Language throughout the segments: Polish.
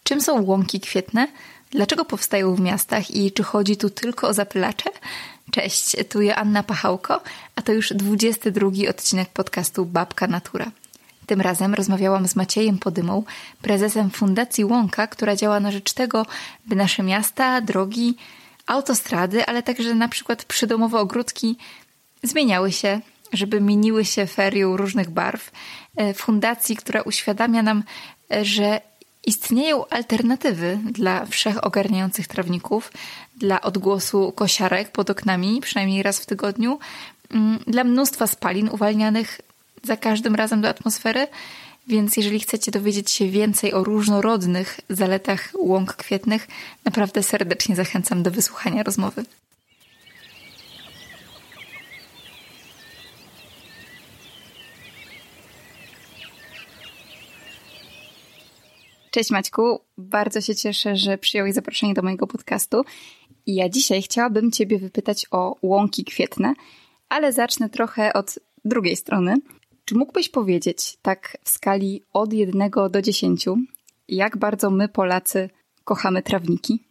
Czym są łąki kwietne? Dlaczego powstają w miastach i czy chodzi tu tylko o zapylacze? Cześć, tu Joanna Pachałko, a to już 22 odcinek podcastu Babka Natura. Tym razem rozmawiałam z Maciejem Podymą, prezesem Fundacji Łąka, która działa na rzecz tego, by nasze miasta, drogi, autostrady, ale także na przykład przydomowe ogródki zmieniały się, żeby mieniły się ferią różnych barw. Fundacji, która uświadamia nam, że istnieją alternatywy dla wszechogarniających trawników, dla odgłosu kosiarek pod oknami, przynajmniej raz w tygodniu, dla mnóstwa spalin uwalnianych za każdym razem do atmosfery. Więc jeżeli chcecie dowiedzieć się więcej o różnorodnych zaletach łąk kwietnych, naprawdę serdecznie zachęcam do wysłuchania rozmowy. Cześć Maćku, bardzo się cieszę, że przyjąłeś zaproszenie do mojego podcastu. I ja dzisiaj chciałabym Ciebie wypytać o łąki kwietne, ale zacznę trochę od drugiej strony. Czy mógłbyś powiedzieć tak w skali od 1 do 10, jak bardzo my Polacy kochamy trawniki?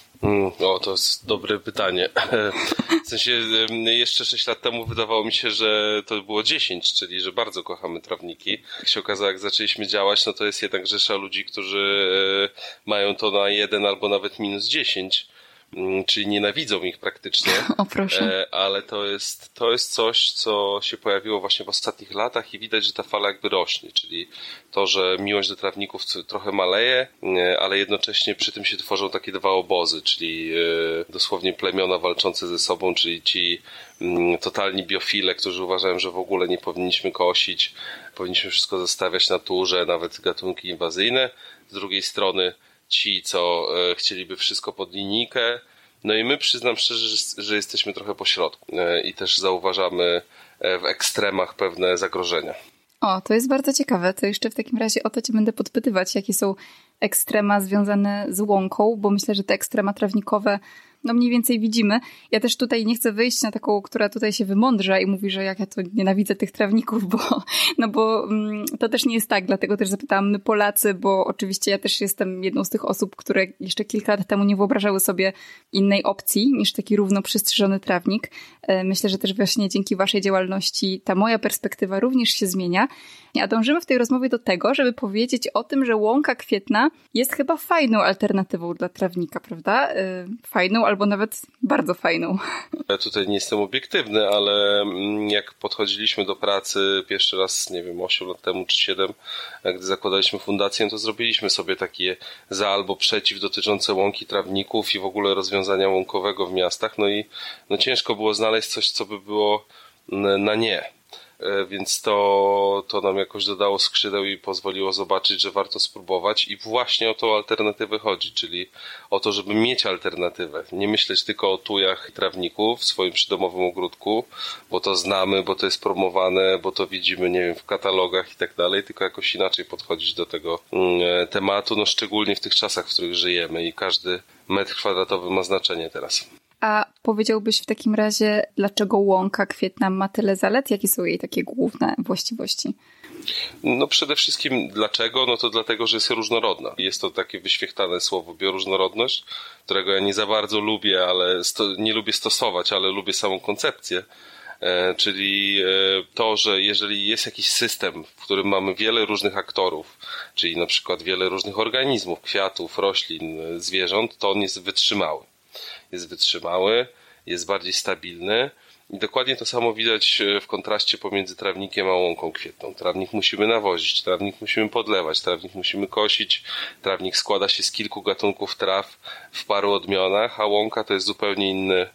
To jest dobre pytanie. W sensie jeszcze 6 lat temu wydawało mi się, że to było 10, czyli że bardzo kochamy trawniki. Jak się okazało, jak zaczęliśmy działać, no to jest jednak rzesza ludzi, którzy mają to na 1 albo nawet -10. Czyli nienawidzą ich praktycznie. O proszę. Ale to jest coś, co się pojawiło właśnie w ostatnich latach i widać, że ta fala jakby rośnie, czyli to, że miłość do trawników trochę maleje, ale jednocześnie przy tym się tworzą takie dwa obozy, czyli dosłownie plemiona walczące ze sobą, czyli ci totalni biofile, którzy uważają, że w ogóle nie powinniśmy kosić, powinniśmy wszystko zostawiać naturze, nawet gatunki inwazyjne. Z drugiej strony ci, co chcieliby wszystko pod linijkę. No i my, przyznam szczerze, że jesteśmy trochę po środku i też zauważamy w ekstremach pewne zagrożenia. O, to jest bardzo ciekawe. To jeszcze w takim razie o to Cię będę podpytywać, jakie są ekstrema związane z łąką, bo myślę, że te ekstrema trawnikowe mniej więcej widzimy. Ja też tutaj nie chcę wyjść na taką, która tutaj się wymądrza i mówi, że jak ja to nienawidzę tych trawników, bo to też nie jest tak, dlatego też zapytałam my Polacy, bo oczywiście ja też jestem jedną z tych osób, które jeszcze kilka lat temu nie wyobrażały sobie innej opcji niż taki równo przystrzyżony trawnik. Myślę, że też właśnie dzięki waszej działalności ta moja perspektywa również się zmienia. A dążymy w tej rozmowie do tego, żeby powiedzieć o tym, że łąka kwietna jest chyba fajną alternatywą dla trawnika, prawda? Fajną albo nawet bardzo fajną. Ja tutaj nie jestem obiektywny, ale jak podchodziliśmy do pracy pierwszy raz, 8 lat temu czy 7, gdy zakładaliśmy fundację, to zrobiliśmy sobie takie za albo przeciw dotyczące łąki trawników i w ogóle rozwiązania łąkowego w miastach. No i ciężko było znaleźć coś, co by było na nie. Więc to nam jakoś dodało skrzydeł i pozwoliło zobaczyć, że warto spróbować i właśnie o tą alternatywę chodzi, czyli o to, żeby mieć alternatywę. Nie myśleć tylko o tujach trawników w swoim przydomowym ogródku, bo to znamy, bo to jest promowane, bo to widzimy, w katalogach i tak dalej, tylko jakoś inaczej podchodzić do tego tematu, szczególnie w tych czasach, w których żyjemy i każdy metr kwadratowy ma znaczenie teraz. A powiedziałbyś w takim razie, dlaczego łąka kwietna ma tyle zalet? Jakie są jej takie główne właściwości? Przede wszystkim dlaczego? To dlatego, że jest różnorodna. Jest to takie wyświechtane słowo bioróżnorodność, którego ja nie za bardzo lubię, ale nie lubię stosować, ale lubię samą koncepcję. Czyli to, że jeżeli jest jakiś system, w którym mamy wiele różnych aktorów, czyli na przykład wiele różnych organizmów, kwiatów, roślin, zwierząt, to on jest wytrzymały. Jest bardziej stabilny i dokładnie to samo widać w kontraście pomiędzy trawnikiem a łąką kwietną. Trawnik musimy nawozić, trawnik musimy podlewać, trawnik musimy kosić, trawnik składa się z kilku gatunków traw w paru odmianach, a łąka to jest zupełnie inny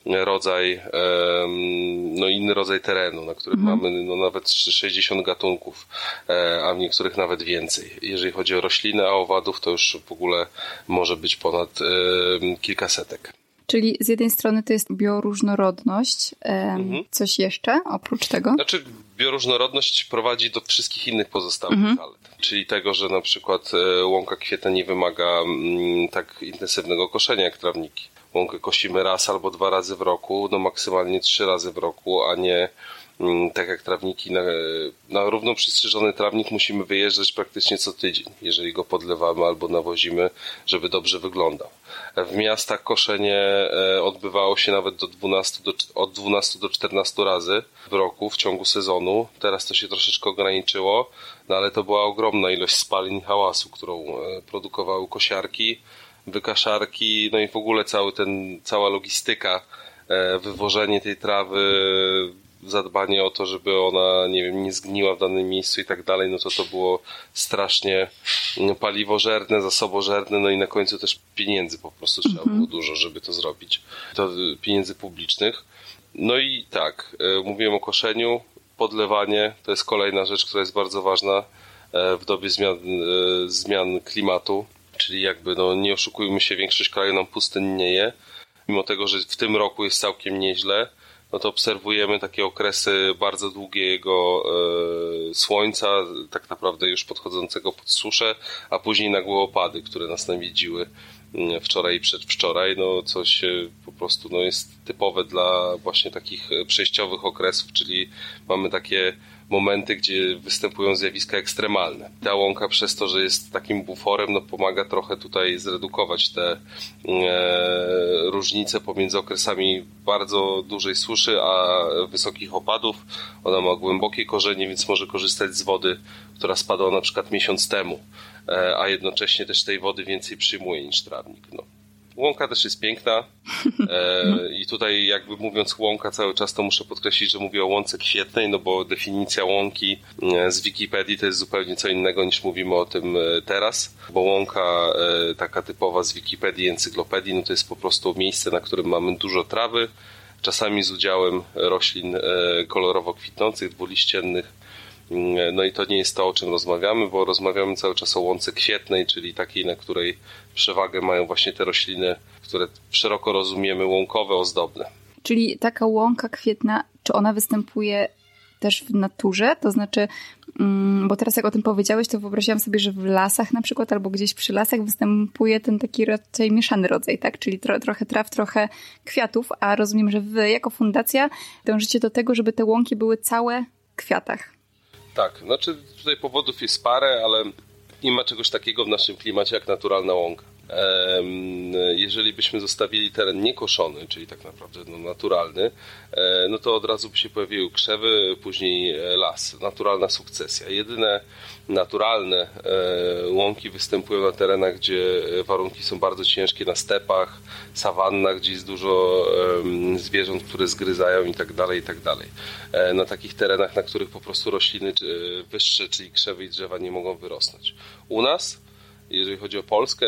rodzaj terenu, na którym mamy nawet 60 gatunków, a w niektórych nawet więcej. Jeżeli chodzi o rośliny, a owadów to już w ogóle może być ponad kilkasetek. Czyli z jednej strony to jest bioróżnorodność, coś jeszcze oprócz tego? Bioróżnorodność prowadzi do wszystkich innych pozostałych zalet. Czyli tego, że na przykład łąka kwietna nie wymaga tak intensywnego koszenia jak trawniki. Łąkę kosimy raz albo 2 razy w roku, maksymalnie 3 razy w roku, a nie Tak jak trawniki, na równo przystrzyżony trawnik musimy wyjeżdżać praktycznie co tydzień, jeżeli go podlewamy albo nawozimy, żeby dobrze wyglądał. W miastach koszenie odbywało się nawet od 12 do 14 razy w roku w ciągu sezonu. Teraz to się troszeczkę ograniczyło, no ale to była ogromna ilość spalin i hałasu, którą produkowały kosiarki, wykaszarki, no i w ogóle cała logistyka, wywożenie tej trawy, zadbanie o to, żeby ona, nie wiem, nie zgniła w danym miejscu i tak dalej, no to było strasznie paliwożerne, zasobożerne, no i na końcu też pieniędzy po prostu trzeba było dużo, żeby to zrobić. To pieniędzy publicznych. No i tak, mówiłem o koszeniu, podlewanie to jest kolejna rzecz, która jest bardzo ważna w dobie zmian klimatu, czyli jakby, no nie oszukujmy się, większość kraju nam pustynnieje, mimo tego, że w tym roku jest całkiem nieźle, no to obserwujemy takie okresy bardzo długiego słońca, tak naprawdę już podchodzącego pod suszę, a później nagłe opady, które nas nawiedziły wczoraj i przedwczoraj, no co się po prostu jest typowe dla właśnie takich przejściowych okresów, czyli mamy takie momenty, gdzie występują zjawiska ekstremalne. Ta łąka przez to, że jest takim buforem, no pomaga trochę tutaj zredukować te różnice pomiędzy okresami bardzo dużej suszy, a wysokich opadów. Ona ma głębokie korzenie, więc może korzystać z wody, która spadła na przykład miesiąc temu, a jednocześnie też tej wody więcej przyjmuje niż trawnik. No. Łąka też jest piękna i tutaj jakby mówiąc łąka cały czas to muszę podkreślić, że mówię o łące kwietnej, no bo definicja łąki z Wikipedii to jest zupełnie co innego niż mówimy o tym teraz, bo łąka taka typowa z Wikipedii, encyklopedii, no to jest po prostu miejsce, na którym mamy dużo trawy, czasami z udziałem roślin kolorowo kwitnących, dwuliściennych. No i to nie jest to, o czym rozmawiamy, bo rozmawiamy cały czas o łące kwietnej, czyli takiej, na której przewagę mają właśnie te rośliny, które szeroko rozumiemy łąkowe, ozdobne. Czyli taka łąka kwietna, czy ona występuje też w naturze? To znaczy, bo teraz jak o tym powiedziałeś, to wyobraziłam sobie, że w lasach na przykład albo gdzieś przy lasach występuje ten taki raczej mieszany rodzaj, tak? Czyli trochę traw, trochę kwiatów, a rozumiem, że wy jako fundacja dążycie do tego, żeby te łąki były całe w kwiatach. Tak, znaczy tutaj powodów jest parę, ale nie ma czegoś takiego w naszym klimacie jak naturalna łąka. Jeżeli byśmy zostawili teren niekoszony, czyli tak naprawdę naturalny, no to od razu by się pojawiły krzewy, później las, naturalna sukcesja. Jedyne naturalne łąki występują na terenach, gdzie warunki są bardzo ciężkie, na stepach, sawannach, gdzie jest dużo zwierząt, które zgryzają i tak dalej, i tak dalej. Na takich terenach, na których po prostu rośliny wyższe, czyli krzewy i drzewa nie mogą wyrosnąć. U nas, jeżeli chodzi o Polskę,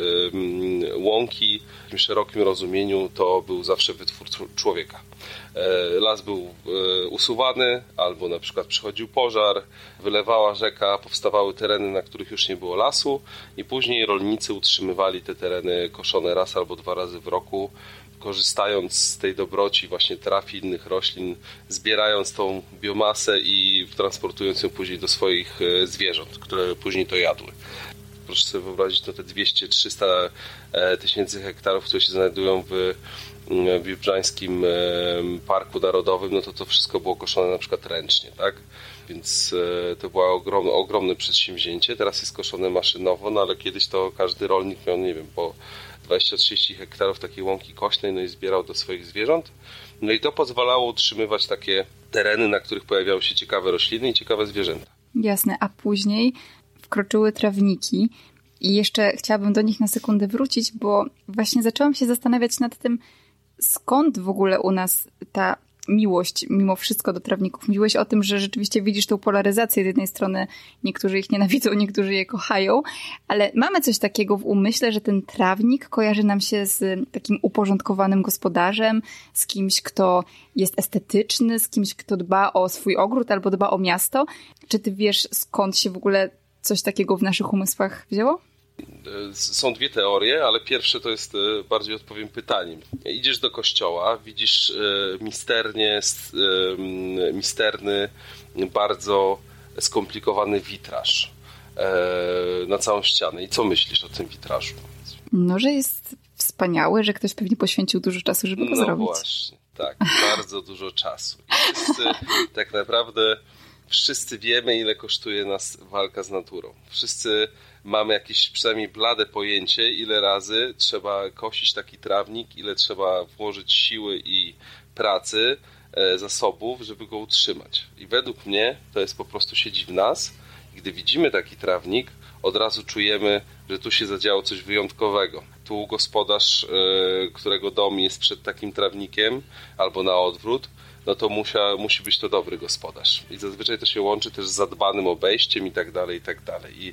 łąki w tym szerokim rozumieniu to był zawsze wytwór człowieka. Las był usuwany, albo na przykład przychodził pożar, wylewała rzeka, powstawały tereny, na których już nie było lasu i później rolnicy utrzymywali te tereny koszone raz albo 2 razy w roku, korzystając z tej dobroci właśnie traw i innych roślin, zbierając tą biomasę i transportując ją później do swoich zwierząt, które później to jadły. Proszę sobie wyobrazić, no te 200-300 tysięcy hektarów, które się znajdują w Biebrzęskim Parku Narodowym, no to wszystko było koszone na przykład ręcznie, tak? Więc to było ogromne przedsięwzięcie. Teraz jest koszone maszynowo, no ale kiedyś to każdy rolnik miał, nie wiem, po 20-30 hektarów takiej łąki kośnej, no i zbierał do swoich zwierząt. No i to pozwalało utrzymywać takie tereny, na których pojawiały się ciekawe rośliny i ciekawe zwierzęta. Jasne, a później wkroczyły trawniki i jeszcze chciałabym do nich na sekundę wrócić, bo właśnie zaczęłam się zastanawiać nad tym, skąd w ogóle u nas ta miłość mimo wszystko do trawników. Mówiłeś o tym, że rzeczywiście widzisz tą polaryzację. Z jednej strony niektórzy ich nienawidzą, niektórzy je kochają, ale mamy coś takiego w umyśle, że ten trawnik kojarzy nam się z takim uporządkowanym gospodarzem, z kimś, kto jest estetyczny, z kimś, kto dba o swój ogród albo dba o miasto. Czy ty wiesz, skąd się w ogóle coś takiego w naszych umysłach wzięło? Są 2 teorie, ale pierwsze to jest, bardziej odpowiem pytaniem. Idziesz do kościoła, widzisz misterny, bardzo skomplikowany witraż na całą ścianę. I co myślisz o tym witrażu? No, że jest wspaniały, że ktoś pewnie poświęcił dużo czasu, żeby go zrobić. No właśnie. Tak, bardzo dużo czasu. I wszyscy tak naprawdę wiemy, ile kosztuje nas walka z naturą. Wszyscy mamy jakieś przynajmniej blade pojęcie, ile razy trzeba kosić taki trawnik, ile trzeba włożyć siły i pracy, zasobów, żeby go utrzymać. I według mnie to jest po prostu siedzi w nas. I gdy widzimy taki trawnik, od razu czujemy, że tu się zadziało coś wyjątkowego. Tu gospodarz, którego dom jest przed takim trawnikiem, albo na odwrót, no to musi być to dobry gospodarz. I zazwyczaj to się łączy też z zadbanym obejściem i tak dalej, i tak dalej. I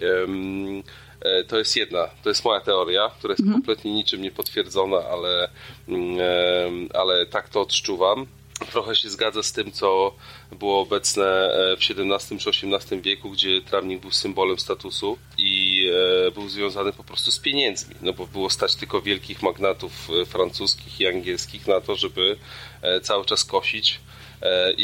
to jest moja teoria, która jest kompletnie niczym nie potwierdzona, ale tak to odczuwam. Trochę się zgadza z tym, co było obecne w XVII czy XVIII wieku, gdzie trawnik był symbolem statusu i był związany po prostu z pieniędzmi, no bo było stać tylko wielkich magnatów francuskich i angielskich na to, żeby cały czas kosić i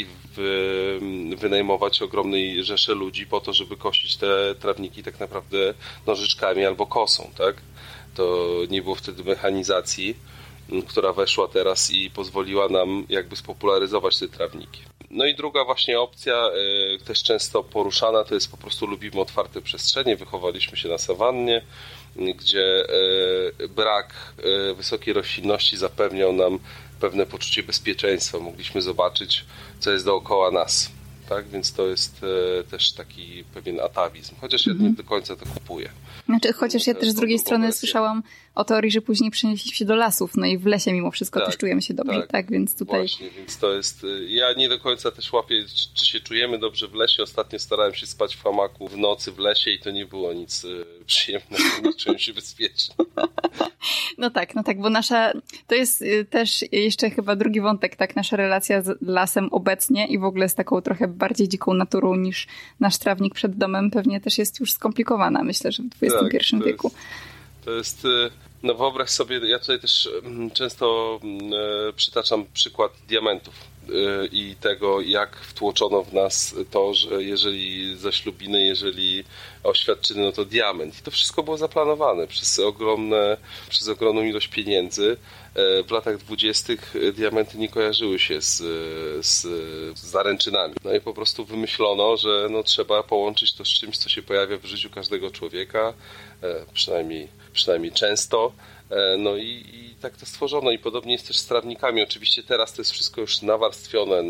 wynajmować ogromnej rzeszy ludzi po to, żeby kosić te trawniki tak naprawdę nożyczkami albo kosą, tak? To nie było wtedy mechanizacji, która weszła teraz i pozwoliła nam jakby spopularyzować te trawniki. No i druga właśnie opcja, też często poruszana, to jest po prostu lubimy otwarte przestrzenie, wychowaliśmy się na sawannie, gdzie brak wysokiej roślinności zapewniał nam pewne poczucie bezpieczeństwa. Mogliśmy zobaczyć, co jest dookoła nas. Tak? Więc to jest też taki pewien atawizm. Chociaż ja nie do końca to kupuję. Znaczy, chociaż ja też z drugiej strony słyszałam o teorii, że później przenieśliśmy się do lasów, no i w lesie mimo wszystko też czujemy się dobrze, tak? Więc tutaj... Właśnie, więc to jest... Ja nie do końca też łapię, czy się czujemy dobrze w lesie. Ostatnio starałem się spać w hamaku w nocy w lesie i to nie było nic przyjemnego, nie czułem się bezpiecznie. No tak, bo to jest też jeszcze chyba drugi wątek, tak, nasza relacja z lasem obecnie i w ogóle z taką trochę bardziej dziką naturą niż nasz trawnik przed domem pewnie też jest już skomplikowana, myślę, że w XXI wieku. To jest, no wyobraź sobie, ja tutaj też często przytaczam przykład diamentów i tego, jak wtłoczono w nas to, że jeżeli zaślubiny, jeżeli oświadczyny, no to diament. I to wszystko było zaplanowane przez ogromną ilość pieniędzy. W latach 20. diamenty nie kojarzyły się z zaręczynami. No i po prostu wymyślono, że no trzeba połączyć to z czymś, co się pojawia w życiu każdego człowieka, przynajmniej często. No i tak to stworzono. I podobnie jest też z trawnikami. Oczywiście teraz to jest wszystko już nawarstwione,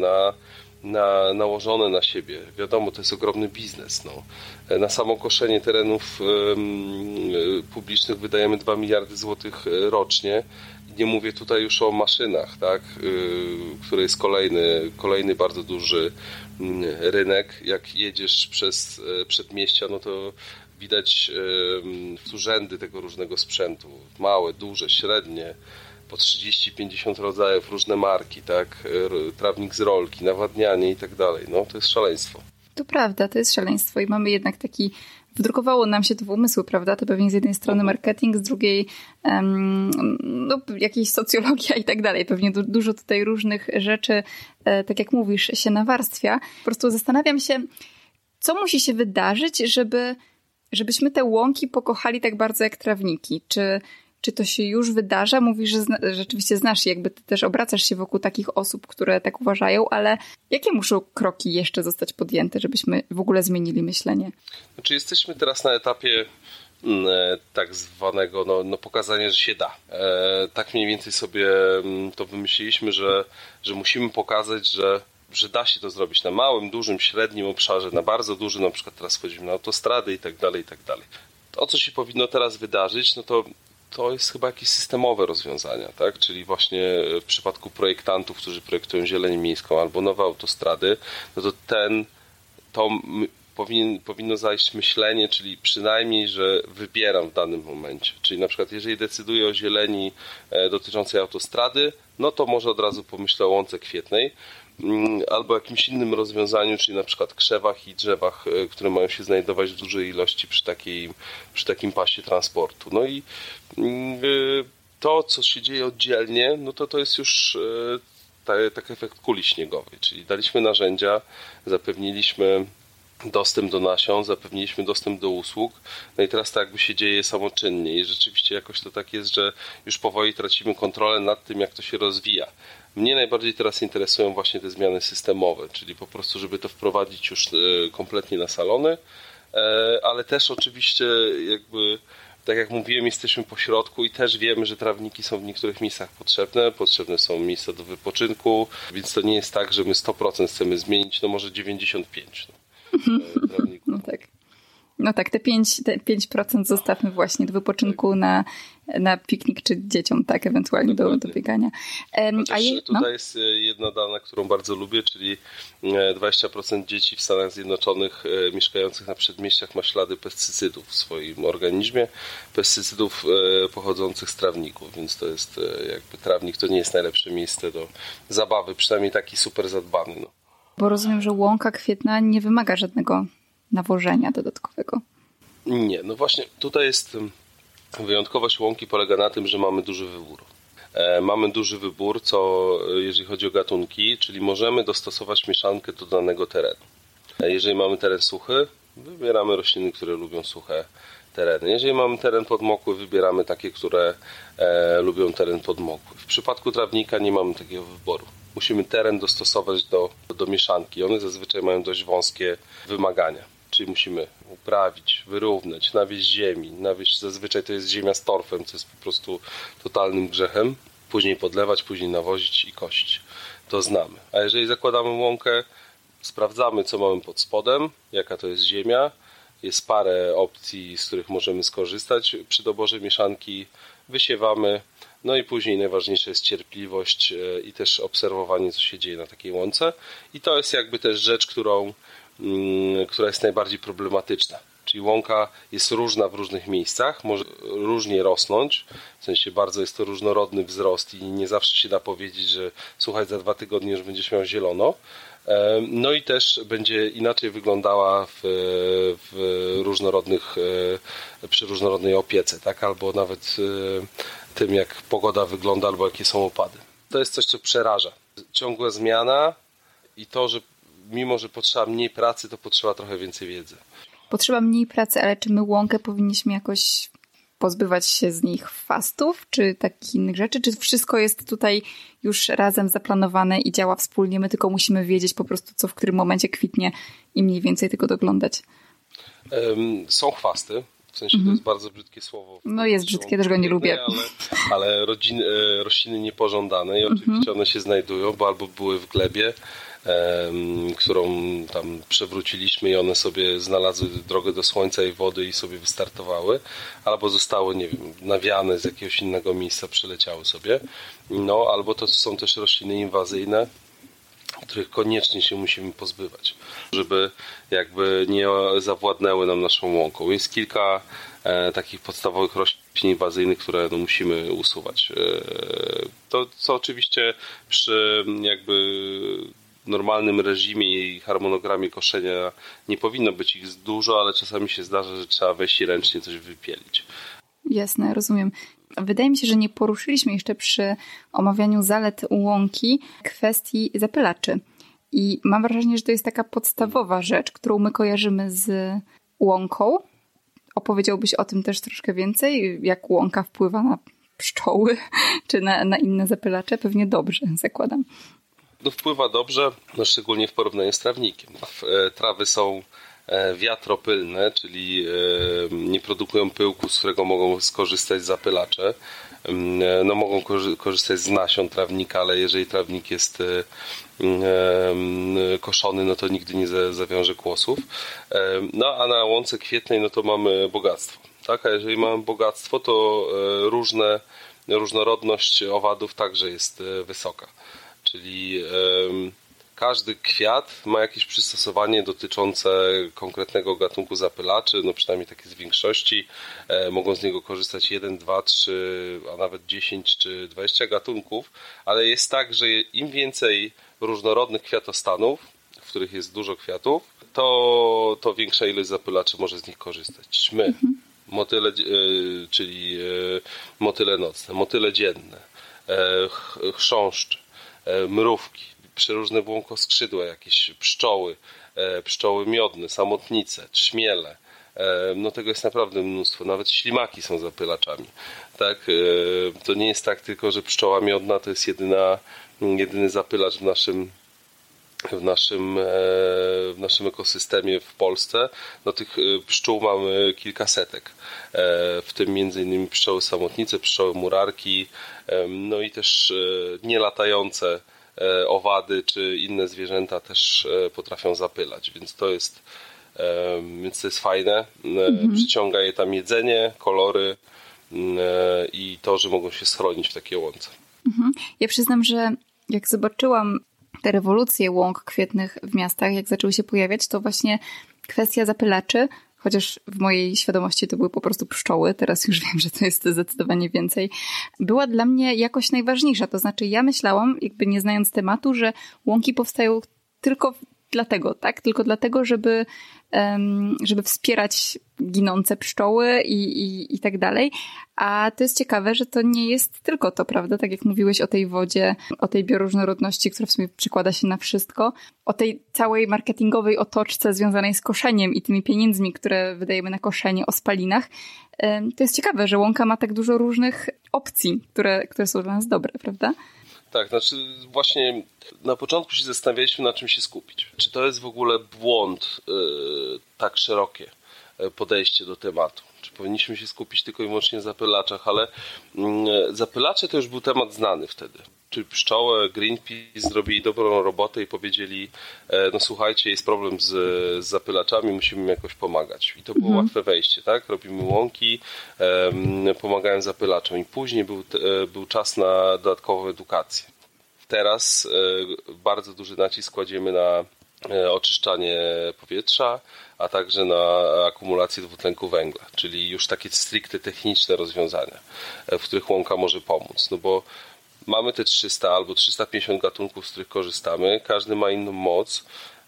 nałożone na siebie. Wiadomo, to jest ogromny biznes. No. Na samo koszenie terenów publicznych wydajemy 2 miliardy złotych rocznie. Nie mówię tutaj już o maszynach, tak, który jest kolejny bardzo duży rynek. Jak jedziesz przez przedmieścia, no to widać rzędy tego różnego sprzętu. Małe, duże, średnie, po 30-50 rodzajów, różne marki, tak, trawnik z rolki, nawadnianie i tak dalej. No, to jest szaleństwo. To prawda, to jest szaleństwo i mamy jednak taki... Wdrukowało nam się to w umysły, prawda? To pewnie z jednej strony marketing, z drugiej jakieś socjologia i tak dalej. Pewnie dużo tutaj różnych rzeczy, tak jak mówisz, się nawarstwia. Po prostu zastanawiam się, co musi się wydarzyć, żebyśmy te łąki pokochali tak bardzo jak trawniki. Czy to się już wydarza? Mówisz, że rzeczywiście znasz się, jakby ty też obracasz się wokół takich osób, które tak uważają, ale jakie muszą kroki jeszcze zostać podjęte, żebyśmy w ogóle zmienili myślenie? Znaczy jesteśmy teraz na etapie tak zwanego pokazania, że się da. Tak mniej więcej sobie to wymyśliliśmy, że musimy pokazać, że da się to zrobić na małym, dużym, średnim obszarze, na bardzo dużym, na przykład teraz wchodzimy na autostrady i tak dalej, i tak dalej. To, co się powinno teraz wydarzyć, no to jest chyba jakieś systemowe rozwiązania, tak? Czyli właśnie w przypadku projektantów, którzy projektują zieleń miejską albo nowe autostrady, no to powinno zajść myślenie, czyli przynajmniej, że wybieram w danym momencie. Czyli na przykład jeżeli decyduję o zieleni dotyczącej autostrady, no to może od razu pomyślę o łące kwietnej, albo jakimś innym rozwiązaniu, czyli na przykład krzewach i drzewach, które mają się znajdować w dużej ilości przy takim pasie transportu. No i to, co się dzieje oddzielnie, no to jest już taki efekt kuli śniegowej, czyli daliśmy narzędzia, zapewniliśmy dostęp do nasion, zapewniliśmy dostęp do usług, no i teraz to jakby się dzieje samoczynnie i rzeczywiście jakoś to tak jest, że już powoli tracimy kontrolę nad tym, jak to się rozwija. Mnie najbardziej teraz interesują właśnie te zmiany systemowe, czyli po prostu, żeby to wprowadzić już kompletnie na salony, ale też oczywiście jakby, tak jak mówiłem, jesteśmy po środku i też wiemy, że trawniki są w niektórych miejscach potrzebne są miejsca do wypoczynku, więc to nie jest tak, że my 100% chcemy zmienić, no może 95%. No tak. No tak, te 5% zostawmy właśnie do wypoczynku na piknik czy dzieciom, tak, ewentualnie do biegania. Tutaj jest jedna dana, którą bardzo lubię, czyli 20% dzieci w Stanach Zjednoczonych mieszkających na przedmieściach ma ślady pestycydów w swoim organizmie, pestycydów pochodzących z trawników, więc to jest jakby trawnik to nie jest najlepsze miejsce do zabawy, przynajmniej taki super zadbany. No. Bo rozumiem, że łąka kwietna nie wymaga żadnego nawożenia dodatkowego. Nie, no właśnie tutaj jest wyjątkowość łąki polega na tym, że mamy duży wybór. Mamy duży wybór, jeżeli chodzi o gatunki, czyli możemy dostosować mieszankę do danego terenu. Jeżeli mamy teren suchy, wybieramy rośliny, które lubią suche tereny. Jeżeli mamy teren podmokły, wybieramy takie, które lubią teren podmokły. W przypadku trawnika nie mamy takiego wyboru. Musimy teren dostosować do mieszanki. One zazwyczaj mają dość wąskie wymagania. Czyli musimy uprawić, wyrównać, nawieść ziemi. Zazwyczaj to jest ziemia z torfem, co jest po prostu totalnym grzechem. Później podlewać, później nawozić i kosić. To znamy. A jeżeli zakładamy łąkę, sprawdzamy, co mamy pod spodem, jaka to jest ziemia. Jest parę opcji, z których możemy skorzystać. Przy doborze mieszanki wysiewamy. No i później najważniejsza jest cierpliwość i też obserwowanie, co się dzieje na takiej łące. I to jest jakby też rzecz, która jest najbardziej problematyczna. Czyli łąka jest różna w różnych miejscach, może różnie rosnąć, w sensie bardzo jest to różnorodny wzrost i nie zawsze się da powiedzieć, że słuchaj, za 2 tygodnie już będziesz miał zielono. No i też będzie inaczej wyglądała przy różnorodnej opiece, tak? Albo nawet tym, jak pogoda wygląda, albo jakie są opady. To jest coś, co przeraża. Ciągła zmiana i to, że mimo, że potrzeba mniej pracy, to potrzeba trochę więcej wiedzy. Potrzeba mniej pracy, ale czy my łąkę powinniśmy jakoś pozbywać się z nich chwastów, czy takich innych rzeczy? Czy wszystko jest tutaj już razem zaplanowane i działa wspólnie? My tylko musimy wiedzieć po prostu, co w którym momencie kwitnie i mniej więcej tego doglądać. Są chwasty. W sensie to jest bardzo brzydkie słowo. No jest brzydkie, też go nie lubię. Ale rośliny niepożądane i oczywiście one się znajdują, bo albo były w glebie, którą tam przewróciliśmy i one sobie znalazły drogę do słońca i wody i sobie wystartowały, albo zostały, nie wiem, nawiane z jakiegoś innego miejsca, przyleciały sobie. No, albo to są też rośliny inwazyjne, których koniecznie się musimy pozbywać, żeby jakby nie zawładnęły nam naszą łąką. Jest kilka takich podstawowych roślin inwazyjnych, które musimy usuwać. To, co oczywiście przy jakby normalnym reżimie i harmonogramie koszenia nie powinno być ich dużo, ale czasami się zdarza, że trzeba wejść i ręcznie coś wypielić. Jasne, rozumiem. Wydaje mi się, że nie poruszyliśmy jeszcze przy omawianiu zalet łąki kwestii zapylaczy. I mam wrażenie, że to jest taka podstawowa rzecz, którą my kojarzymy z łąką. Opowiedziałbyś o tym też troszkę więcej? Jak łąka wpływa na pszczoły czy na inne zapylacze? Pewnie dobrze, zakładam. No wpływa dobrze, no szczególnie w porównaniu z trawnikiem. Trawy są wiatropylne, czyli nie produkują pyłku, z którego mogą skorzystać zapylacze. No mogą korzystać z nasion trawnika, ale jeżeli trawnik jest koszony, no to nigdy nie zawiąże kłosów. No a na łące kwietnej no to mamy bogactwo. Tak? A jeżeli mamy bogactwo, to różnorodność owadów także jest wysoka. Czyli każdy kwiat ma jakieś przystosowanie dotyczące konkretnego gatunku zapylaczy, no przynajmniej tak jest w większości. Mogą z niego korzystać 1, 2, 3, a nawet 10 czy 20 gatunków, ale jest tak, że im więcej różnorodnych kwiatostanów, w których jest dużo kwiatów, to większa ilość zapylaczy może z nich korzystać. Ćmy, motyle, czyli motyle nocne, motyle dzienne, chrząszcze, mrówki, przeróżne błąkoskrzydłe, jakieś pszczoły miodne, samotnice, trzmiele, No tego jest naprawdę mnóstwo. Nawet ślimaki są zapylaczami. Tak? To nie jest tak tylko, że pszczoła miodna to jest jedyny zapylacz w naszym ekosystemie w Polsce. No tych pszczół mamy kilkasetek. W tym między innymi pszczoły samotnice, pszczoły murarki, no i też nielatające owady czy inne zwierzęta też potrafią zapylać, więc to jest fajne. Przyciąga je tam jedzenie, kolory i to, że mogą się schronić w takiej łące. Ja przyznam, że jak zobaczyłam te rewolucje łąk kwietnych w miastach, jak zaczęły się pojawiać, to właśnie kwestia zapylaczy, chociaż w mojej świadomości to były po prostu pszczoły, teraz już wiem, że to jest zdecydowanie więcej, była dla mnie jakoś najważniejsza. To znaczy ja myślałam, jakby nie znając tematu, że łąki powstają tylko dlatego, tak? Tylko dlatego, żeby wspierać ginące pszczoły i tak dalej. A to jest ciekawe, że to nie jest tylko to, prawda? Tak jak mówiłeś o tej wodzie, o tej bioróżnorodności, która w sumie przekłada się na wszystko, o tej całej marketingowej otoczce związanej z koszeniem i tymi pieniędzmi, które wydajemy na koszenie, o spalinach. To jest ciekawe, że łąka ma tak dużo różnych opcji, które są dla nas dobre, prawda? Tak, znaczy właśnie na początku się zastanawialiśmy, na czym się skupić. Czy to jest w ogóle błąd, tak szerokie podejście do tematu? Czy powinniśmy się skupić tylko i wyłącznie na zapylaczach? Ale zapylacze to już był temat znany wtedy. Czy pszczoły, Greenpeace zrobili dobrą robotę i powiedzieli, no słuchajcie, jest problem z zapylaczami, musimy im jakoś pomagać. I to było łatwe wejście, tak? Robimy łąki, pomagają zapylaczom. I później był czas na dodatkową edukację. Teraz bardzo duży nacisk kładziemy na oczyszczanie powietrza, a także na akumulację dwutlenku węgla, czyli już takie stricte techniczne rozwiązania, w których łąka może pomóc. No bo mamy te 300 albo 350 gatunków, z których korzystamy. Każdy ma inną moc.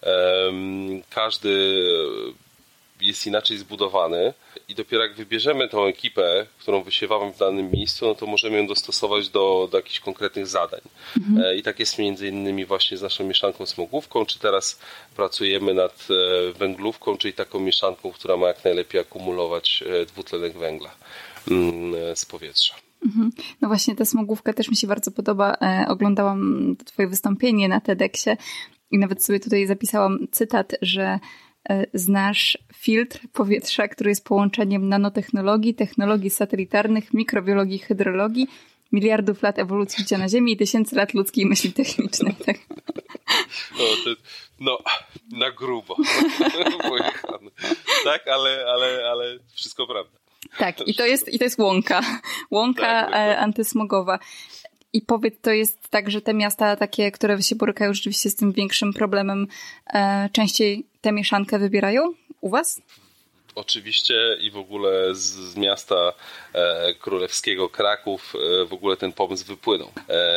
Każdy jest inaczej zbudowany i dopiero jak wybierzemy tą ekipę, którą wysiewamy w danym miejscu, no to możemy ją dostosować do jakichś konkretnych zadań. I tak jest między innymi właśnie z naszą mieszanką smogówką, czy teraz pracujemy nad węglówką, czyli taką mieszanką, która ma jak najlepiej akumulować dwutlenek węgla z powietrza. No właśnie ta smogówka też mi się bardzo podoba. Oglądałam twoje wystąpienie na TEDxie i nawet sobie tutaj zapisałam cytat, że znasz filtr powietrza, który jest połączeniem nanotechnologii, technologii satelitarnych, mikrobiologii, hydrologii, miliardów lat ewolucji życia na Ziemi i tysięcy lat ludzkiej myśli technicznej. Tak? No, na grubo. Tak, ale wszystko prawda. Tak, i to jest łąka. Łąka tak, antysmogowa. I powiedz, to jest tak, że te miasta takie, które się borykają rzeczywiście z tym większym problemem, częściej tę mieszankę wybierają u was? Oczywiście i w ogóle z miasta królewskiego Kraków w ogóle ten pomysł wypłynął.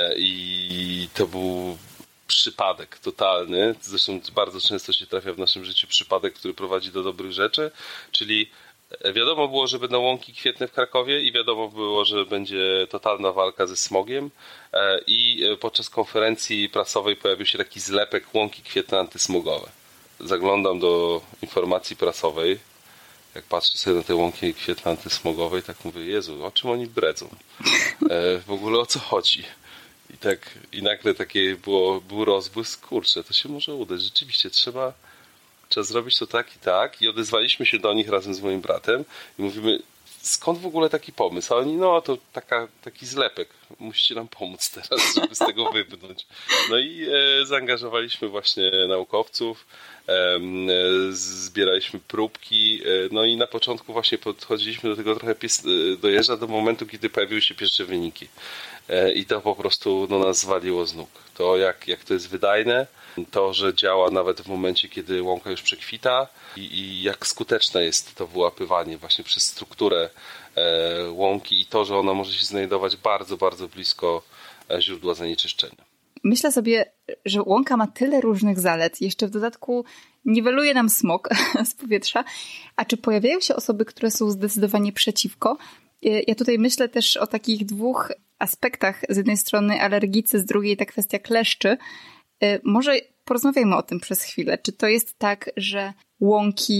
I to był przypadek totalny. Zresztą bardzo często się trafia w naszym życiu przypadek, który prowadzi do dobrych rzeczy, czyli wiadomo było, że będą łąki kwietne w Krakowie i wiadomo było, że będzie totalna walka ze smogiem i podczas konferencji prasowej pojawił się taki zlepek łąki kwietne antysmogowe. Zaglądam do informacji prasowej, jak patrzę sobie na te łąki kwietne antysmogowe i tak mówię, Jezu, o czym oni bredzą? W ogóle o co chodzi? I nagle był rozbłysk, kurczę, to się może udać. Rzeczywiście trzeba zrobić to tak i tak. I odezwaliśmy się do nich razem z moim bratem i mówimy, skąd w ogóle taki pomysł? A oni, no to taki zlepek. Musicie nam pomóc teraz, żeby z tego wybrnąć. No i zaangażowaliśmy właśnie naukowców, zbieraliśmy próbki, no i na początku właśnie podchodziliśmy do tego trochę dojeżdża do momentu, kiedy pojawiły się pierwsze wyniki. I to po prostu nas zwaliło z nóg. To jak to jest wydajne, to, że działa nawet w momencie, kiedy łąka już przekwita i jak skuteczne jest to wyłapywanie właśnie przez strukturę łąki i to, że ona może się znajdować bardzo, bardzo blisko źródła zanieczyszczenia. Myślę sobie, że łąka ma tyle różnych zalet, jeszcze w dodatku niweluje nam smog z powietrza. A czy pojawiają się osoby, które są zdecydowanie przeciwko? Ja tutaj myślę też o takich dwóch aspektach. Z jednej strony alergicy, z drugiej ta kwestia kleszczy. Może porozmawiajmy o tym przez chwilę. Czy to jest tak, że łąki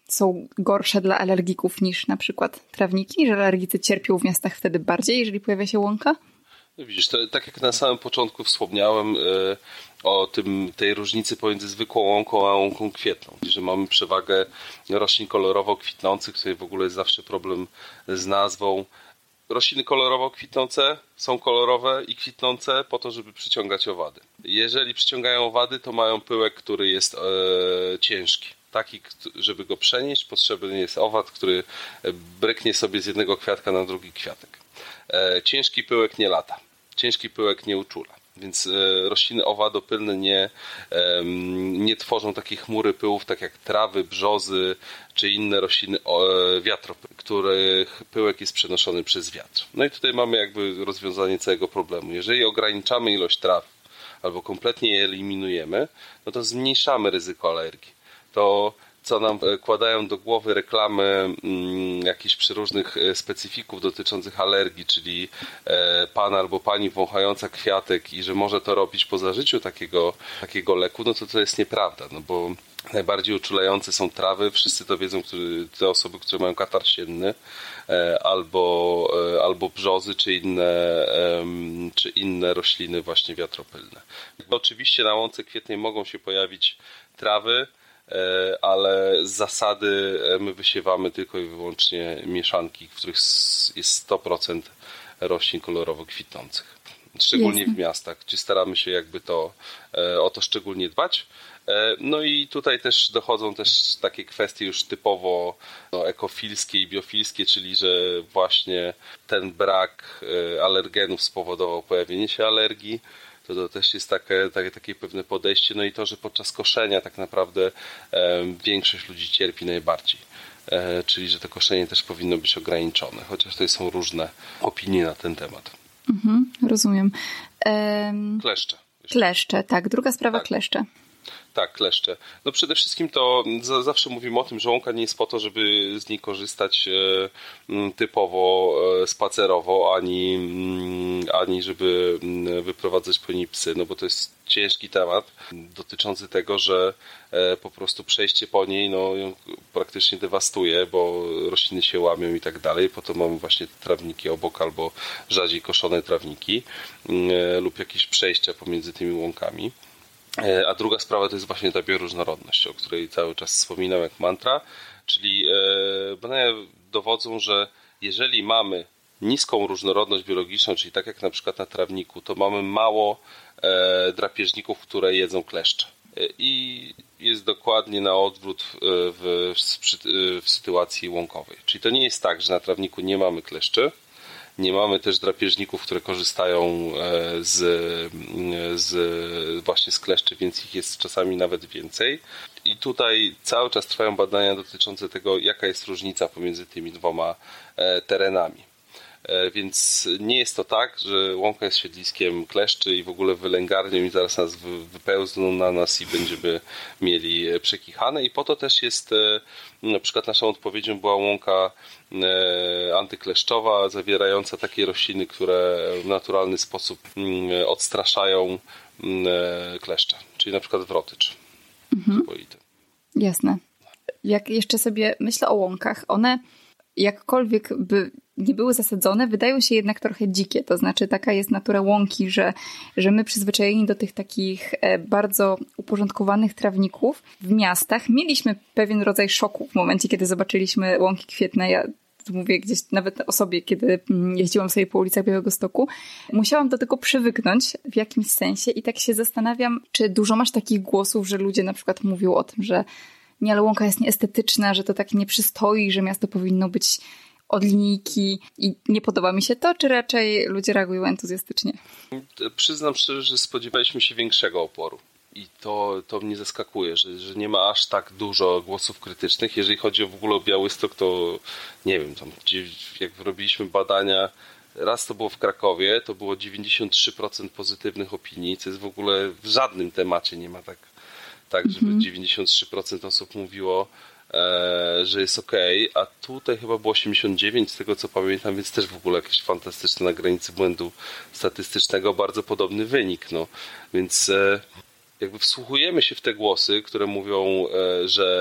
są gorsze dla alergików niż na przykład trawniki, że alergicy cierpią w miastach wtedy bardziej, jeżeli pojawia się łąka? Widzisz, tak jak na samym początku wspomniałem o tej różnicy pomiędzy zwykłą łąką a łąką kwietną, że mamy przewagę roślin kolorowo kwitnących, tutaj w ogóle jest zawsze problem z nazwą. Rośliny kolorowo kwitnące są kolorowe i kwitnące po to, żeby przyciągać owady. Jeżeli przyciągają owady, to mają pyłek, który jest ciężki. Taki, żeby go przenieść, potrzebny jest owad, który bryknie sobie z jednego kwiatka na drugi kwiatek. Ciężki pyłek nie lata. Ciężki pyłek nie uczula. Więc rośliny owadopylne nie tworzą takiej chmury pyłów, tak jak trawy, brzozy czy inne rośliny wiatropylne, których pyłek jest przenoszony przez wiatr. No i tutaj mamy jakby rozwiązanie całego problemu. Jeżeli ograniczamy ilość traw albo kompletnie je eliminujemy, no to zmniejszamy ryzyko alergii. To co nam kładają do głowy reklamy jakichś przeróżnych specyfików dotyczących alergii, czyli pan albo pani wąchająca kwiatek i że może to robić po zażyciu takiego leku, no to jest nieprawda, no bo najbardziej uczulające są trawy, wszyscy to wiedzą, te osoby, które mają katar sienny, albo brzozy, czy inne rośliny właśnie wiatropylne. Oczywiście na łące kwietnej mogą się pojawić trawy, ale z zasady my wysiewamy tylko i wyłącznie mieszanki, w których jest 100% roślin kolorowo kwitnących. Szczególnie w miastach, gdzie staramy się jakby o to szczególnie dbać. No i tutaj też dochodzą takie kwestie już typowo ekofilskie i biofilskie, czyli że właśnie ten brak alergenów spowodował pojawienie się alergii. To też jest takie pewne podejście. No i to, że podczas koszenia tak naprawdę większość ludzi cierpi najbardziej. Czyli, że to koszenie też powinno być ograniczone. Chociaż tutaj są różne opinie na ten temat. Rozumiem. Kleszcze. Kleszcze, tak. Druga sprawa, tak. Kleszcze. Tak, kleszcze. No przede wszystkim to zawsze mówimy o tym, że łąka nie jest po to, żeby z niej korzystać typowo spacerowo, ani żeby wyprowadzać po niej psy, no bo to jest ciężki temat dotyczący tego, że po prostu przejście po niej ją praktycznie dewastuje, bo rośliny się łamią i tak dalej. Potem mamy właśnie te trawniki obok albo rzadziej koszone trawniki lub jakieś przejścia pomiędzy tymi łąkami. A druga sprawa to jest właśnie ta bioróżnorodność, o której cały czas wspominam jak mantra, czyli badania dowodzą, że jeżeli mamy niską różnorodność biologiczną, czyli tak jak na przykład na trawniku, to mamy mało drapieżników, które jedzą kleszcze. I jest dokładnie na odwrót w sytuacji łąkowej. Czyli to nie jest tak, że na trawniku nie mamy kleszczy, nie mamy też drapieżników, które korzystają właśnie z kleszczy, więc ich jest czasami nawet więcej. I tutaj cały czas trwają badania dotyczące tego, jaka jest różnica pomiędzy tymi dwoma terenami. Więc nie jest to tak, że łąka jest siedliskiem kleszczy i w ogóle wylęgarnią i zaraz nas wypełzną na nas i będziemy mieli przekichane. I po to też jest, na przykład naszą odpowiedzią była łąka antykleszczowa, zawierająca takie rośliny, które w naturalny sposób odstraszają kleszcze, czyli na przykład wrotycz. Jasne. Jak jeszcze sobie myślę o łąkach, one jakkolwiek by nie były zasadzone, wydają się jednak trochę dzikie. To znaczy taka jest natura łąki, że my przyzwyczajeni do tych takich bardzo uporządkowanych trawników w miastach mieliśmy pewien rodzaj szoku w momencie, kiedy zobaczyliśmy łąki kwietne. Ja mówię gdzieś nawet o sobie, kiedy jeździłam sobie po ulicach Białegostoku. Musiałam do tego przywyknąć w jakimś sensie i tak się zastanawiam, czy dużo masz takich głosów, że ludzie na przykład mówią o tym, że nie, ale łąka jest nieestetyczna, że to tak nie przystoi, że miasto powinno być od linijki i nie podoba mi się to, czy raczej ludzie reagują entuzjastycznie? Przyznam szczerze, że spodziewaliśmy się większego oporu. I to mnie zaskakuje, że nie ma aż tak dużo głosów krytycznych. Jeżeli chodzi w ogóle o Białystok, to nie wiem, tam gdzie, jak robiliśmy badania, raz to było w Krakowie, to było 93% pozytywnych opinii, co jest w ogóle w żadnym temacie nie ma tak żeby 93% osób mówiło, że jest okej, a tutaj chyba było 89 z tego co pamiętam, więc też w ogóle jakieś fantastyczne na granicy błędu statystycznego, bardzo podobny wynik, no. Więc jakby wsłuchujemy się w te głosy, które mówią, że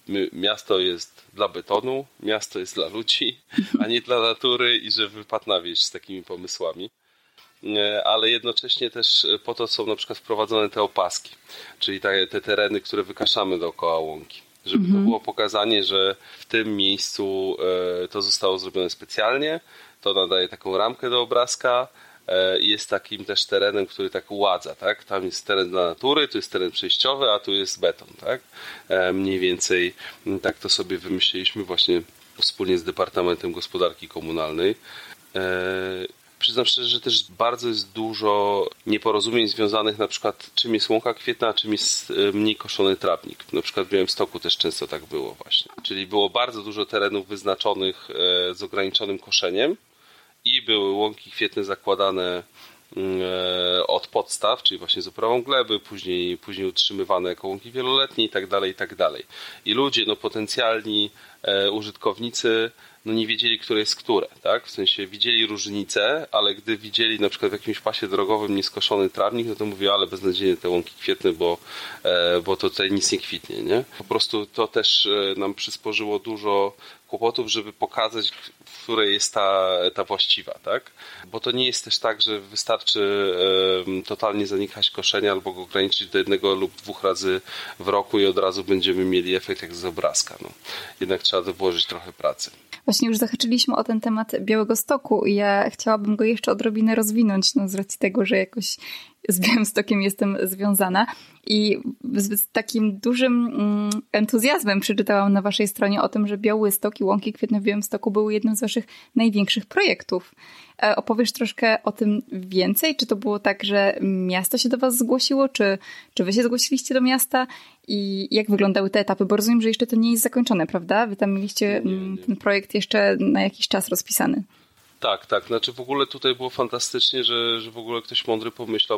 miasto jest dla betonu, miasto jest dla ludzi, a nie dla natury i że wypadł na wieś z takimi pomysłami. Ale jednocześnie też po to są na przykład wprowadzone te opaski, czyli te tereny, które wykaszamy dookoła łąki. Żeby to było pokazanie, że w tym miejscu to zostało zrobione specjalnie, to nadaje taką ramkę do obrazka i jest takim też terenem, który tak uładza, tak? Tam jest teren dla natury, tu jest teren przejściowy, a tu jest beton, tak? Mniej więcej tak to sobie wymyśliliśmy właśnie wspólnie z Departamentem Gospodarki Komunalnej. Przyznam szczerze, że też bardzo jest dużo nieporozumień związanych na przykład czym jest łąka kwietna, a czym jest mniej koszony trawnik. Na przykład w Białymstoku też często tak było właśnie. Czyli było bardzo dużo terenów wyznaczonych z ograniczonym koszeniem i były łąki kwietne zakładane od podstaw, czyli właśnie z uprawą gleby, później utrzymywane jako łąki wieloletnie i tak dalej, i tak dalej. I ludzie, potencjalni użytkownicy nie wiedzieli, które jest które, tak? W sensie widzieli różnice, ale gdy widzieli na przykład w jakimś pasie drogowym nieskoszony trawnik, to mówili, ale beznadziejnie te łąki kwietne, bo tutaj nic nie kwitnie, nie? Po prostu to też nam przysporzyło dużo kłopotów, żeby pokazać, w której jest ta właściwa, tak? Bo to nie jest też tak, że wystarczy totalnie zanikać koszenia albo go ograniczyć do 1 lub 2 razy w roku i od razu będziemy mieli efekt jak z obrazka. Jednak trzeba włożyć trochę pracy. Właśnie już zahaczyliśmy o ten temat Białegostoku i ja chciałabym go jeszcze odrobinę rozwinąć, z racji tego, że jakoś z Białymstokiem jestem związana i z takim dużym entuzjazmem przeczytałam na waszej stronie o tym, że Białystok i łąki kwietne w Białymstoku były jednym z waszych największych projektów. Opowiesz troszkę o tym więcej? Czy to było tak, że miasto się do was zgłosiło, czy wy się zgłosiliście do miasta i jak wyglądały te etapy? Bo rozumiem, że jeszcze to nie jest zakończone, prawda? Wy tam mieliście ten projekt jeszcze na jakiś czas rozpisany. Tak. Znaczy w ogóle tutaj było fantastycznie, że w ogóle ktoś mądry pomyślał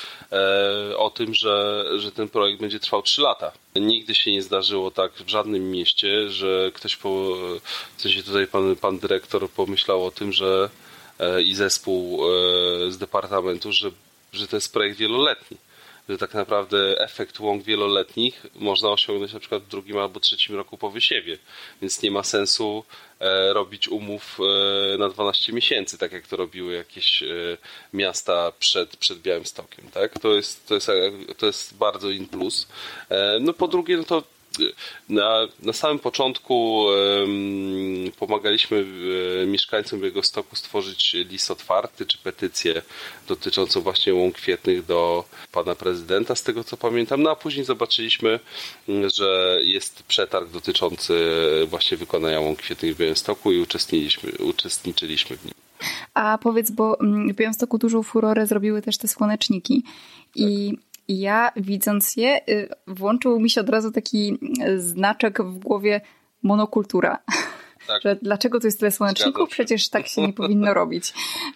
o tym, że ten projekt będzie trwał 3 lata. Nigdy się nie zdarzyło tak w żadnym mieście, że ktoś w sensie tutaj pan dyrektor pomyślał o tym, że i zespół z departamentu, że to jest projekt wieloletni. Że tak naprawdę efekt łąk wieloletnich można osiągnąć na przykład w 2. albo 3. roku po wysiewie. Więc nie ma sensu robić umów na 12 miesięcy, tak jak to robiły jakieś miasta przed Białymstokiem. Tak? To jest bardzo in plus. Po drugie, to na samym początku pomagaliśmy mieszkańcom Białegostoku stworzyć list otwarty czy petycję dotyczącą właśnie łąk kwietnych do pana prezydenta, z tego co pamiętam. A później zobaczyliśmy, że jest przetarg dotyczący właśnie wykonania łąk kwietnych w Białymstoku i uczestniczyliśmy w nim. A powiedz, bo w Białymstoku dużą furorę zrobiły też te słoneczniki i ja widząc je, włączył mi się od razu taki znaczek w głowie monokultura. Tak. Że dlaczego tu jest tyle słoneczników? Przecież tak się nie powinno robić.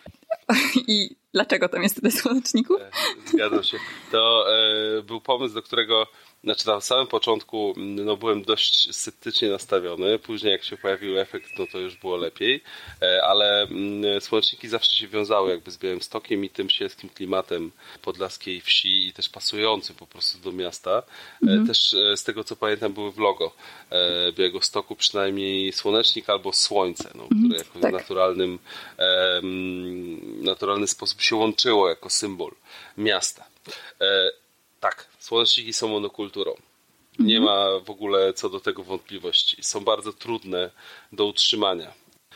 I dlaczego tam jest tyle słoneczników? Zgadzam się. To był pomysł, do którego na samym początku byłem dość sceptycznie nastawiony. Później jak się pojawił efekt, to już było lepiej. Ale słoneczniki zawsze się wiązały jakby z Białymstokiem i tym sielskim klimatem podlaskiej wsi i też pasujący po prostu do miasta. Też z tego co pamiętam były w logo Białegostoku przynajmniej słonecznik albo słońce, które jako w naturalny sposób się łączyło jako symbol miasta. Tak, słoneczniki są monokulturą. Nie ma w ogóle co do tego wątpliwości. Są bardzo trudne do utrzymania.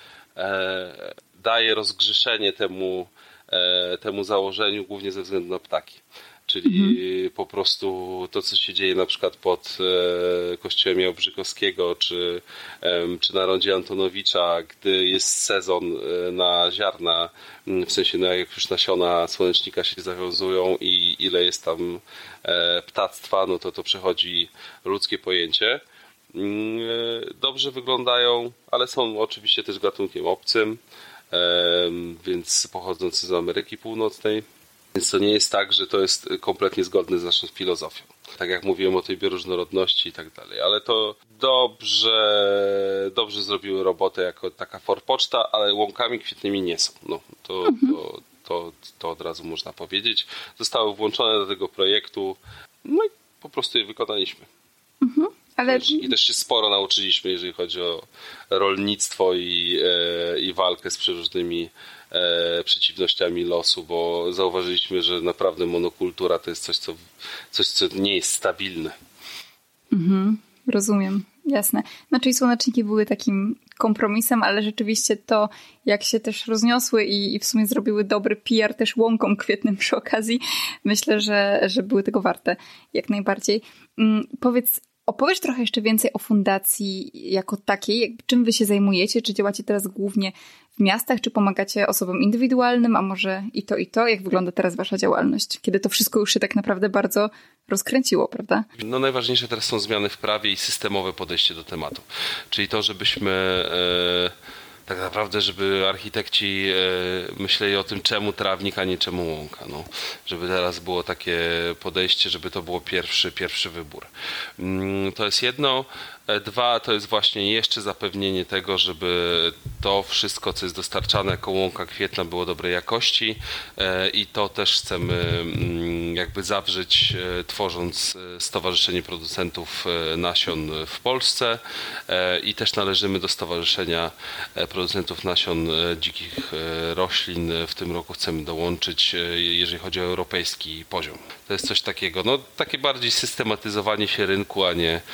Daje rozgrzeszenie temu założeniu głównie ze względu na ptaki. Czyli po prostu to, co się dzieje na przykład pod kościołem Jałbrzykowskiego czy na rondzie Antonowicza, gdy jest sezon na ziarna, w sensie jak już nasiona słonecznika się zawiązują i ile jest tam ptactwa, to przechodzi ludzkie pojęcie. Dobrze wyglądają, ale są oczywiście też gatunkiem obcym, więc pochodzący z Ameryki Północnej. Więc to nie jest tak, że to jest kompletnie zgodne z naszą filozofią. Tak jak mówiłem o tej bioróżnorodności i tak dalej. Ale to dobrze zrobiły robotę jako taka forpoczta, ale łąkami kwietnymi nie są. To od razu można powiedzieć. Zostały włączone do tego projektu, i po prostu je wykonaliśmy. I też się sporo nauczyliśmy, jeżeli chodzi o rolnictwo i walkę z przeróżnymi przeciwnościami losu, bo zauważyliśmy, że naprawdę monokultura to jest coś, co nie jest stabilne. Rozumiem, jasne. No czyli słoneczniki były takim kompromisem, ale rzeczywiście to, jak się też rozniosły i w sumie zrobiły dobry PR też łąkom kwietnym przy okazji, myślę, że były tego warte jak najbardziej. Opowiesz trochę jeszcze więcej o fundacji jako takiej, czym wy się zajmujecie, czy działacie teraz głównie w miastach, czy pomagacie osobom indywidualnym, a może i to, jak wygląda teraz wasza działalność, kiedy to wszystko już się tak naprawdę bardzo rozkręciło, prawda? No najważniejsze teraz są zmiany w prawie i systemowe podejście do tematu, czyli to, żebyśmy tak naprawdę, żeby architekci myśleli o tym, czemu trawnik, a nie czemu łąka. No, żeby teraz było takie podejście, żeby to było pierwszy wybór. To jest jedno. Dwa, to jest właśnie jeszcze zapewnienie tego, żeby to wszystko, co jest dostarczane jako łąka kwietna, było dobrej jakości i to też chcemy jakby zawrzeć, tworząc Stowarzyszenie Producentów Nasion w Polsce i też należymy do Stowarzyszenia Producentów Nasion Dzikich Roślin. W tym roku chcemy dołączyć, jeżeli chodzi o europejski poziom. To jest coś takiego, no takie bardziej systematyzowanie się rynku,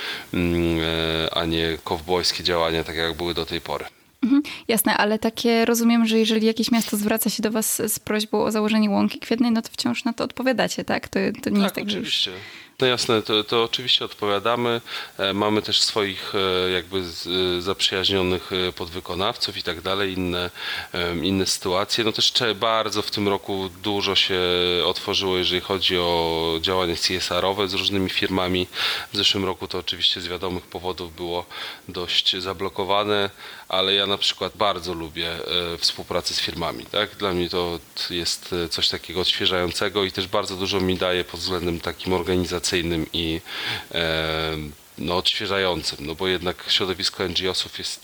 a nie kowbojskie działania, tak jak były do tej pory. Jasne, ale takie rozumiem, że jeżeli jakieś miasto zwraca się do was z prośbą o założenie łąki kwietnej, no to wciąż na to odpowiadacie, tak? To nie tak, jest tak, oczywiście. No jasne, to oczywiście odpowiadamy. Mamy też swoich jakby zaprzyjaźnionych podwykonawców i tak dalej, inne sytuacje. No też bardzo w tym roku dużo się otworzyło, jeżeli chodzi o działania CSR-owe z różnymi firmami. W zeszłym roku to oczywiście z wiadomych powodów było dość zablokowane, ale ja na przykład bardzo lubię współpracę z firmami. Tak? Dla mnie to jest coś takiego odświeżającego i też bardzo dużo mi daje pod względem takim organizacyjnym i odświeżającym, no bo jednak środowisko NGO-sów jest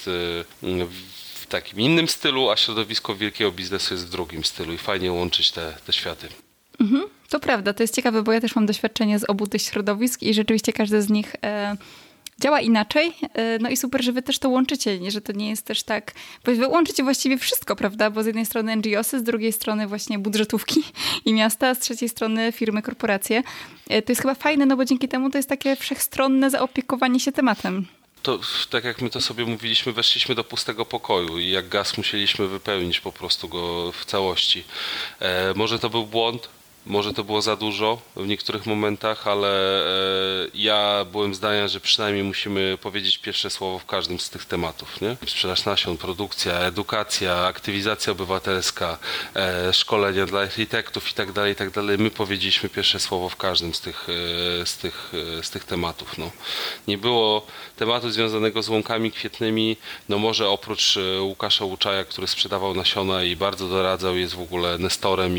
w takim innym stylu, a środowisko wielkiego biznesu jest w drugim stylu i fajnie łączyć te światy. To prawda, to jest ciekawe, bo ja też mam doświadczenie z obu tych środowisk i rzeczywiście każdy z nich działa inaczej, no i super, że wy też to łączycie, że to nie jest też tak, bo wy łączycie właściwie wszystko, prawda, bo z jednej strony NGO-sy, z drugiej strony właśnie budżetówki i miasta, a z trzeciej strony firmy, korporacje. To jest chyba fajne, no bo dzięki temu to jest takie wszechstronne zaopiekowanie się tematem. To, tak jak my to sobie mówiliśmy, weszliśmy do pustego pokoju i jak gaz musieliśmy wypełnić po prostu go w całości. Może to był błąd, może to było za dużo w niektórych momentach, ale ja byłem zdania, że przynajmniej musimy powiedzieć pierwsze słowo w każdym z tych tematów. Nie? Sprzedaż nasion, produkcja, edukacja, aktywizacja obywatelska, szkolenia dla architektów i tak dalej. My powiedzieliśmy pierwsze słowo w każdym z tych tematów. No. Nie było tematu związanego z łąkami kwietnymi, no może oprócz Łukasza Łuczaja, który sprzedawał nasiona i bardzo doradzał, jest w ogóle nestorem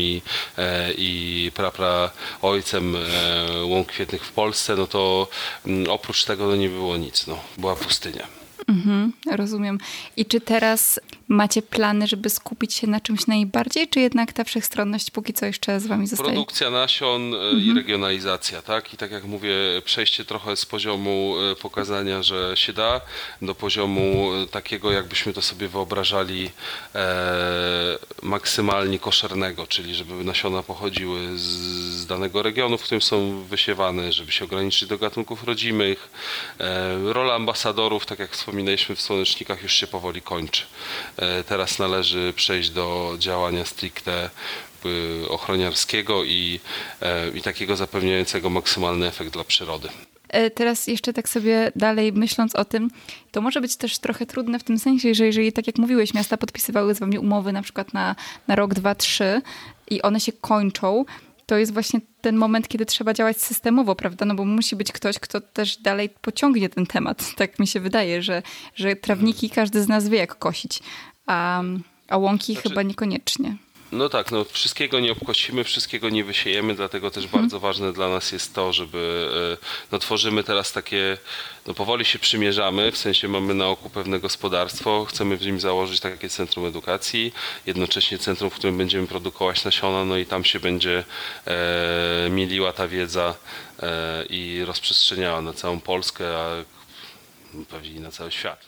i ojcem łąk kwietnych w Polsce, no to oprócz tego nie było nic, była pustynia. Rozumiem. I czy teraz macie plany, żeby skupić się na czymś najbardziej, czy jednak ta wszechstronność póki co jeszcze z wami zostaje? Produkcja nasion i regionalizacja, tak? I tak jak mówię, przejście trochę z poziomu pokazania, że się da, do poziomu takiego, jakbyśmy to sobie wyobrażali, maksymalnie koszernego, czyli żeby nasiona pochodziły z danego regionu, w którym są wysiewane, żeby się ograniczyć do gatunków rodzimych. Rola ambasadorów, tak jak wspominaliśmy w Słonecznikach, już się powoli kończy. Teraz należy przejść do działania stricte ochroniarskiego i takiego zapewniającego maksymalny efekt dla przyrody. Teraz jeszcze tak sobie dalej myśląc o tym, to może być też trochę trudne w tym sensie, że jeżeli, tak jak mówiłeś, miasta podpisywały z wami umowy na przykład na rok, 2, 3 i one się kończą, to jest właśnie ten moment, kiedy trzeba działać systemowo, prawda? No bo musi być ktoś, kto też dalej pociągnie ten temat. Tak mi się wydaje, że trawniki każdy z nas wie, jak kosić, a łąki chyba niekoniecznie. No tak, wszystkiego nie obkosimy, wszystkiego nie wysiejemy, dlatego też bardzo ważne dla nas jest to, żeby tworzymy teraz takie, powoli się przymierzamy, w sensie mamy na oku pewne gospodarstwo, chcemy w nim założyć takie centrum edukacji, jednocześnie centrum, w którym będziemy produkować nasiona, i tam się będzie mieliła ta wiedza i rozprzestrzeniała na całą Polskę, a Pewnie na cały świat.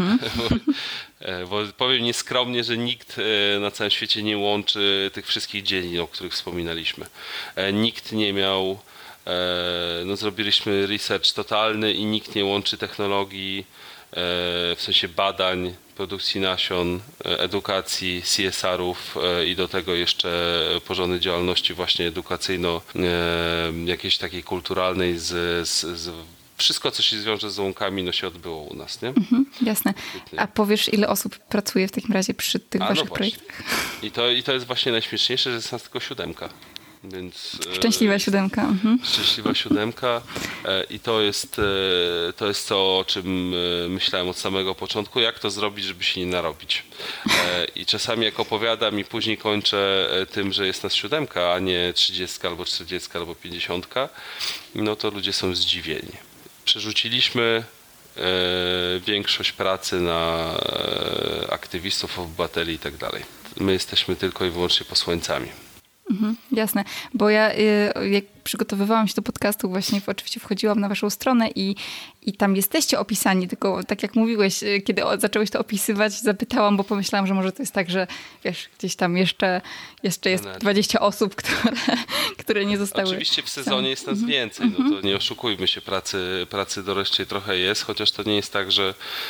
Bo powiem nieskromnie, że nikt na całym świecie nie łączy tych wszystkich dziedzin, o których wspominaliśmy. Nikt nie miał, zrobiliśmy research totalny i nikt nie łączy technologii, w sensie badań, produkcji nasion, edukacji, CSR-ów i do tego jeszcze porządnej działalności właśnie edukacyjno, jakiejś takiej kulturalnej z wszystko, co się wiąże z łąkami, się odbyło u nas, nie? Jasne. A powiesz, ile osób pracuje w takim razie przy tych waszych projektach? I to jest właśnie najśmieszniejsze, że jest nas tylko 7. Więc, Szczęśliwa 7. Szczęśliwa 7. I to jest to, o czym myślałem od samego początku, jak to zrobić, żeby się nie narobić. I czasami jak opowiadam i później kończę tym, że jest nas 7, a nie 30 albo 40 albo 50, to ludzie są zdziwieni. Przerzuciliśmy większość pracy na aktywistów, obywateli i tak dalej. My jesteśmy tylko i wyłącznie posłańcami. Jasne, bo ja jak przygotowywałam się do podcastu, właśnie oczywiście wchodziłam na waszą stronę i tam jesteście opisani, tylko tak jak mówiłeś, kiedy zacząłeś to opisywać, zapytałam, bo pomyślałam, że może to jest tak, że wiesz, gdzieś tam jeszcze jest 20 osób, które nie zostały. Oczywiście w sezonie jest nas więcej, to nie oszukujmy się, pracy doreszcie trochę jest, chociaż to nie jest tak, że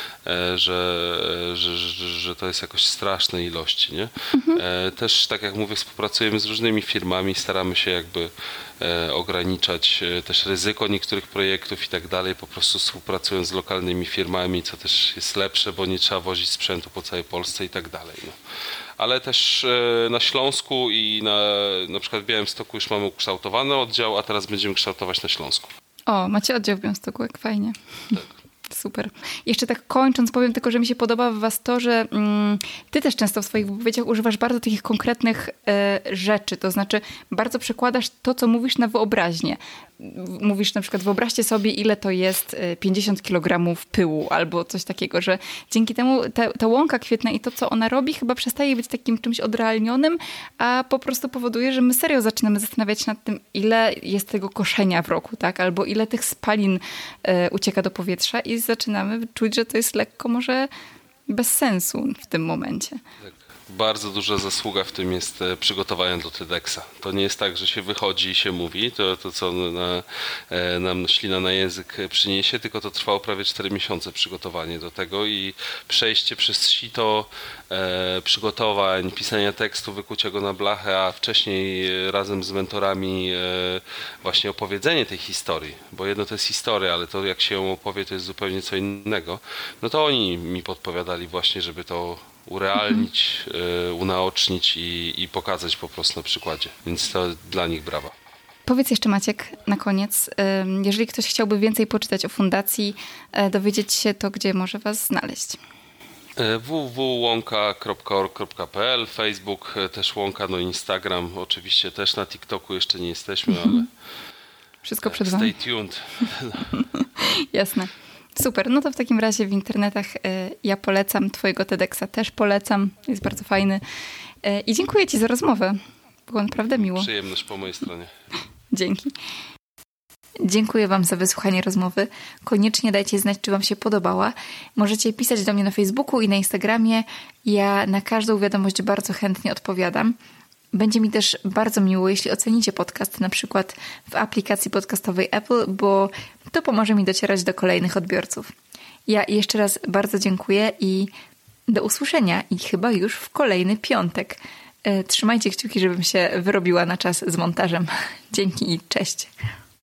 to jest jakoś straszne ilości, nie? Też tak jak mówię, współpracujemy z różnymi firmami, staramy się jakby ograniczać też ryzyko niektórych projektów i tak dalej, po prostu współpracując z lokalnymi firmami, co też jest lepsze, bo nie trzeba wozić sprzętu po całej Polsce i tak dalej. Ale też na Śląsku i na przykład w Białymstoku już mamy ukształtowany oddział, a teraz będziemy kształtować na Śląsku. O, macie oddział w Białymstoku, jak fajnie. Tak. Super. Jeszcze tak kończąc, powiem tylko, że mi się podoba w was to, że ty też często w swoich wypowiedziach używasz bardzo takich konkretnych rzeczy. To znaczy bardzo przekładasz to, co mówisz, na wyobraźnię. Mówisz na przykład, wyobraźcie sobie, ile to jest 50 kg pyłu albo coś takiego, że dzięki temu ta łąka kwietna i to, co ona robi, chyba przestaje być takim czymś odrealnionym, a po prostu powoduje, że my serio zaczynamy zastanawiać nad tym, ile jest tego koszenia w roku, tak? Albo ile tych spalin ucieka do powietrza i zaczynamy czuć, że to jest lekko może bez sensu w tym momencie. Tak. Bardzo duża zasługa w tym jest przygotowanie do TEDxa. To nie jest tak, że się wychodzi i się mówi, to co nam ślina na język przyniesie, tylko to trwało prawie 4 miesiące przygotowanie do tego i przejście przez sito przygotowań, pisania tekstu, wykucia go na blachę, a wcześniej razem z mentorami właśnie opowiedzenie tej historii, bo jedno to jest historia, ale to jak się ją opowie, to jest zupełnie co innego. To oni mi podpowiadali właśnie, żeby to urealnić, unaocznić i pokazać po prostu na przykładzie. Więc to dla nich brawa. Powiedz jeszcze, Maciek, na koniec, jeżeli ktoś chciałby więcej poczytać o fundacji, dowiedzieć się, to gdzie może was znaleźć? www.łąka.org.pl, Facebook też Łąka, Instagram, oczywiście też na TikToku jeszcze nie jesteśmy, ale wszystko przed wami. Stay tuned. Jasne. Super, to w takim razie w internetach ja polecam, twojego TEDxa też polecam, jest bardzo fajny i dziękuję ci za rozmowę, było naprawdę miło. Przyjemność po mojej stronie. Dzięki. Dziękuję wam za wysłuchanie rozmowy. Koniecznie dajcie znać, czy wam się podobała. Możecie pisać do mnie na Facebooku i na Instagramie. Ja na każdą wiadomość bardzo chętnie odpowiadam. Będzie mi też bardzo miło, jeśli ocenicie podcast, na przykład w aplikacji podcastowej Apple, bo to pomoże mi docierać do kolejnych odbiorców. Ja jeszcze raz bardzo dziękuję i do usłyszenia i chyba już w kolejny piątek. Trzymajcie kciuki, żebym się wyrobiła na czas z montażem. Dzięki i cześć.